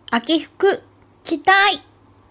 秋服着たい。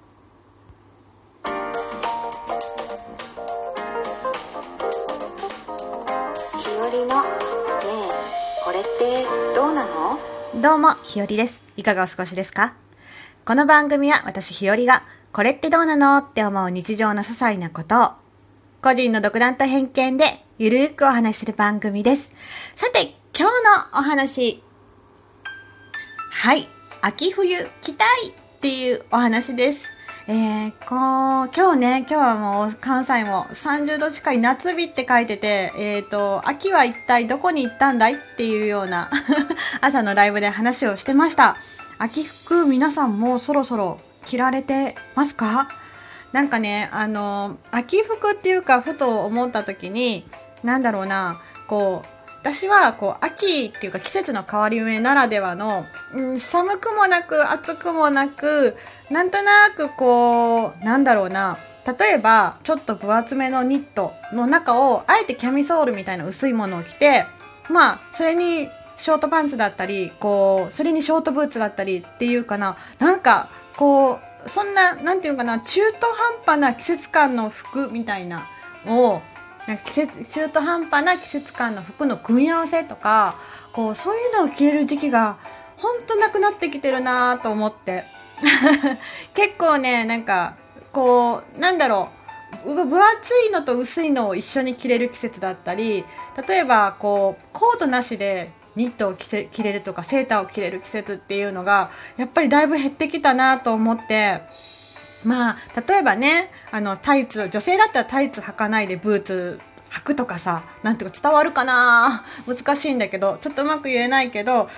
ひよりのねえ、これってどうなの？ どうも、ひよりです。いかがお過ごしですか？この番組は私ひよりがこれってどうなのって思う日常の些細なことを個人の独断と偏見でゆるーくお話しする番組です。さて、今日のお話。はい、秋冬着たいっていうお話です。今日はもう関西も30度近い夏日って書いてて、秋は一体どこに行ったんだいっていうような朝のライブで話をしてました。秋服皆さんもそろそろ着られてますか？なんかね、秋服っていうかふと思った時に、私は秋っていうか季節の変わり目ならではの、寒くもなく暑くもなく、なんとなく例えばちょっと分厚めのニットの中をあえてキャミソールみたいな薄いものを着て、それにショートパンツだったり、それにショートブーツだったりっていうかな、そんな、中途半端な季節感の服みたいなを、中途半端な季節感の服の組み合わせとか、そういうのを着れる時期がほんとなくなってきてるなと思って結構ね、分厚いのと薄いのを一緒に着れる季節だったり、例えばコートなしでニットを着れるとかセーターを着れる季節っていうのがやっぱりだいぶ減ってきたなと思って、例えばね、タイツ、女性だったらタイツ履かないでブーツ履くとかさ、なんていうか伝わるかな、難しいんだけど、ちょっとうまく言えないけど、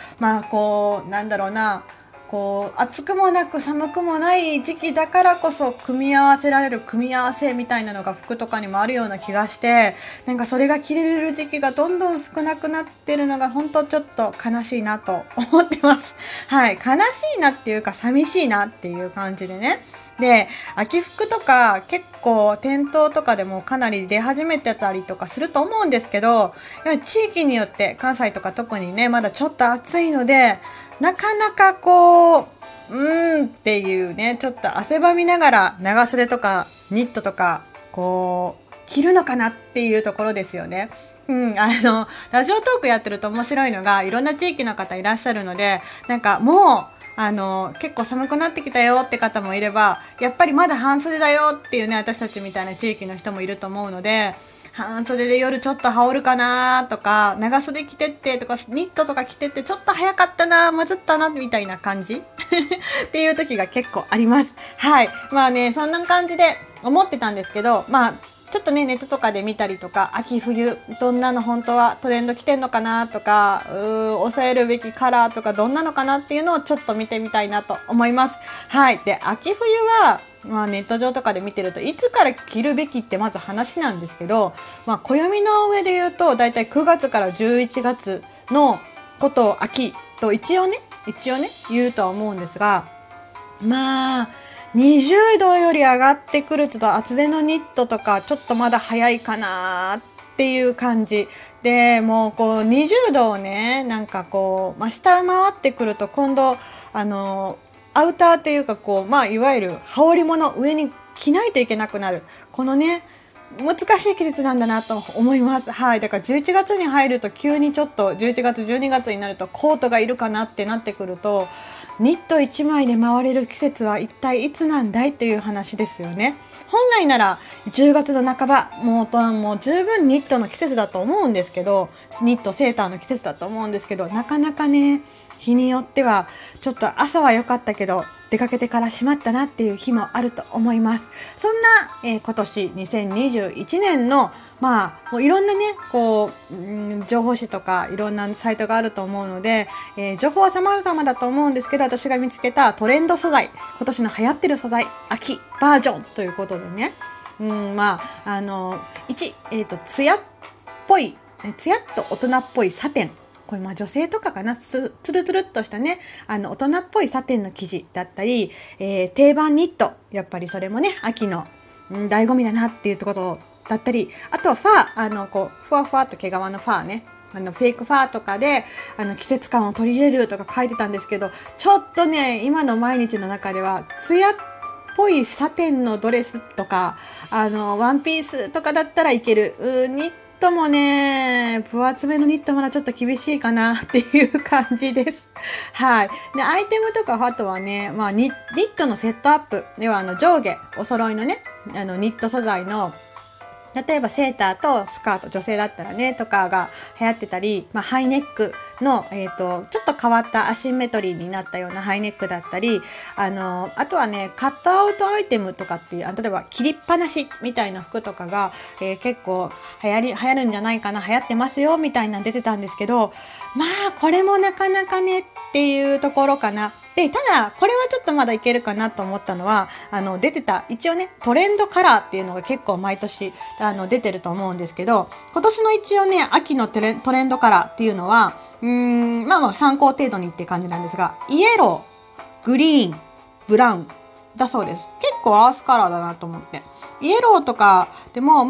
暑くもなく寒くもない時期だからこそ組み合わせられる組み合わせみたいなのが服とかにもあるような気がして、それが着れる時期がどんどん少なくなってるのが本当ちょっと悲しいなと思ってます。はい、悲しいなっていうか寂しいなっていう感じでね。で、秋服とか結構店頭とかでもかなり出始めてたりとかすると思うんですけど、地域によって関西とか特にね、まだちょっと暑いので、なかなかっていうね、ちょっと汗ばみながら長袖とかニットとか着るのかなっていうところですよね。ラジオトークやってると面白いのが、いろんな地域の方いらっしゃるので、もう結構寒くなってきたよって方もいれば、やっぱりまだ半袖だよっていうね、私たちみたいな地域の人もいると思うので、半袖で夜ちょっと羽織るかなとか、長袖着てってとか、ニットとか着てってちょっと早かったな、まずったなみたいな感じっていう時が結構あります。はい。そんな感じで思ってたんですけど、ちょっとね、ネットとかで見たりとか、秋冬どんなの本当はトレンド来てんのかなとか、抑えるべきカラーとかどんなのかなっていうのをちょっと見てみたいなと思います。はい。で、秋冬はネット上とかで見てると、いつから着るべきってまず話なんですけど、暦の上で言うとだいたい9月から11月のことを秋と一応ね言うとは思うんですが、20度より上がってくると厚手のニットとかちょっとまだ早いかなっていう感じで、もう20度をね、下回ってくると今度アウターっていうかいわゆる羽織物上に着ないといけなくなる、このね、難しい季節なんだなと思います。はい。だから11月に入ると急にちょっと11月12月になるとコートがいるかなってなってくると、ニット1枚で回れる季節は一体いつなんだいっていう話ですよね。本来なら10月の半ば、もう十分ニットの季節だと思うんですけど、ニットセーターの季節だと思うんですけど、なかなかね、日によってはちょっと朝は良かったけど出かけてからしまったなっていう日もあると思います。そんな、今年2021年のもういろんなね情報誌とかいろんなサイトがあると思うので、情報は様々だと思うんですけど、私が見つけたトレンド素材、今年の流行ってる素材秋バージョンということでね、ツヤっぽい、ツヤっと大人っぽいサテン、これ女性とかかな、つるつるっとしたね、大人っぽいサテンの生地だったり、定番ニット、やっぱりそれもね、秋の、醍醐味だなっていうところだったり、あとはファー、ふわふわっと毛皮のファーね、 フェイクファーとかで季節感を取り入れるとか書いてたんですけど、ちょっとね今の毎日の中ではツヤっぽいサテンのドレスとかワンピースとかだったらいける。ニットもね分厚めのニットまだちょっと厳しいかなっていう感じです。はい。でアイテムとかあとはね、ニットのセットアップでは上下お揃いのねニット素材の例えばセーターとスカート、女性だったらね、とかが流行ってたり、ハイネックの、ちょっと変わったアシンメトリーになったようなハイネックだったり、あとはね、カットアウトアイテムとかっていう、例えば切りっぱなしみたいな服とかが、結構流行るんじゃないかな、流行ってますよ、みたいなの出てたんですけど、これもなかなかねっていうところかな。で、ただ、これはちょっとまだいけるかなと思ったのは、出てた、一応ね、トレンドカラーっていうのが結構毎年、出てると思うんですけど、今年の一応ね、秋のトレンドカラーっていうのは、参考程度にっていう感じなんですが、イエロー、グリーン、ブラウンだそうです。結構アースカラーだなと思って。イエローとかでも、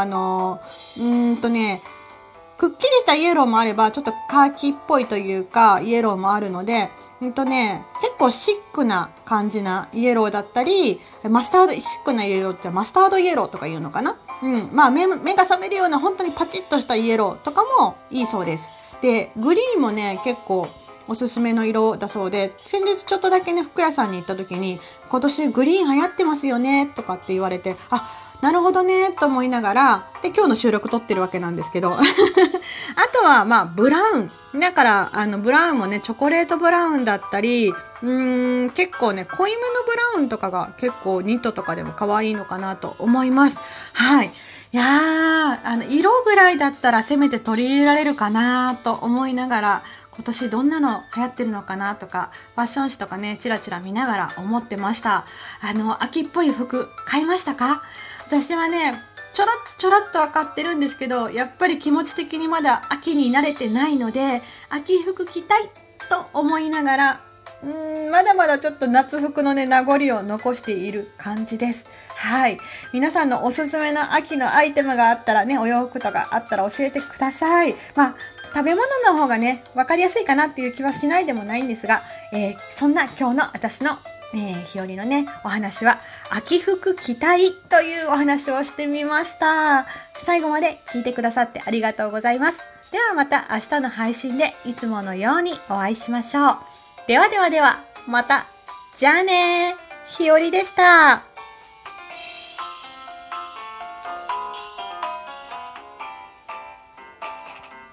くっきりしたイエローもあれば、ちょっとカーキっぽいというか、イエローもあるので、結構シックな感じなイエローだったり、シックなイエローってマスタードイエローとか言うのかな。目が覚めるような本当にパチッとしたイエローとかもいいそうです。で、グリーンもね、結構おすすめの色だそうで、先日ちょっとだけね、服屋さんに行った時に、今年グリーン流行ってますよね、とかって言われて、なるほどね、と思いながら、で、今日の収録撮ってるわけなんですけど、あとは、ブラウン。だから、ブラウンもね、チョコレートブラウンだったり、結構ね、濃いめのブラウンとかが結構ニットとかでも可愛いのかなと思います。はい。いやー、色ぐらいだったらせめて取り入れられるかなと思いながら、今年どんなの流行ってるのかなとか、ファッション誌とかね、チラチラ見ながら思ってました。秋っぽい服買いましたか？私はね、ちょろっとわかってるんですけど、やっぱり気持ち的にまだ秋に慣れてないので、秋服着たいと思いながら、まだまだちょっと夏服のね、名残を残している感じです。はい。皆さんのおすすめの秋のアイテムがあったらね、お洋服とかあったら教えてください。食べ物の方がね、わかりやすいかなっていう気はしないでもないんですが、そんな今日の私の日和のね、お話は、秋服着たいというお話をしてみました。最後まで聞いてくださってありがとうございます。ではまた明日の配信でいつものようにお会いしましょう。では、また。じゃあねー。日和でした。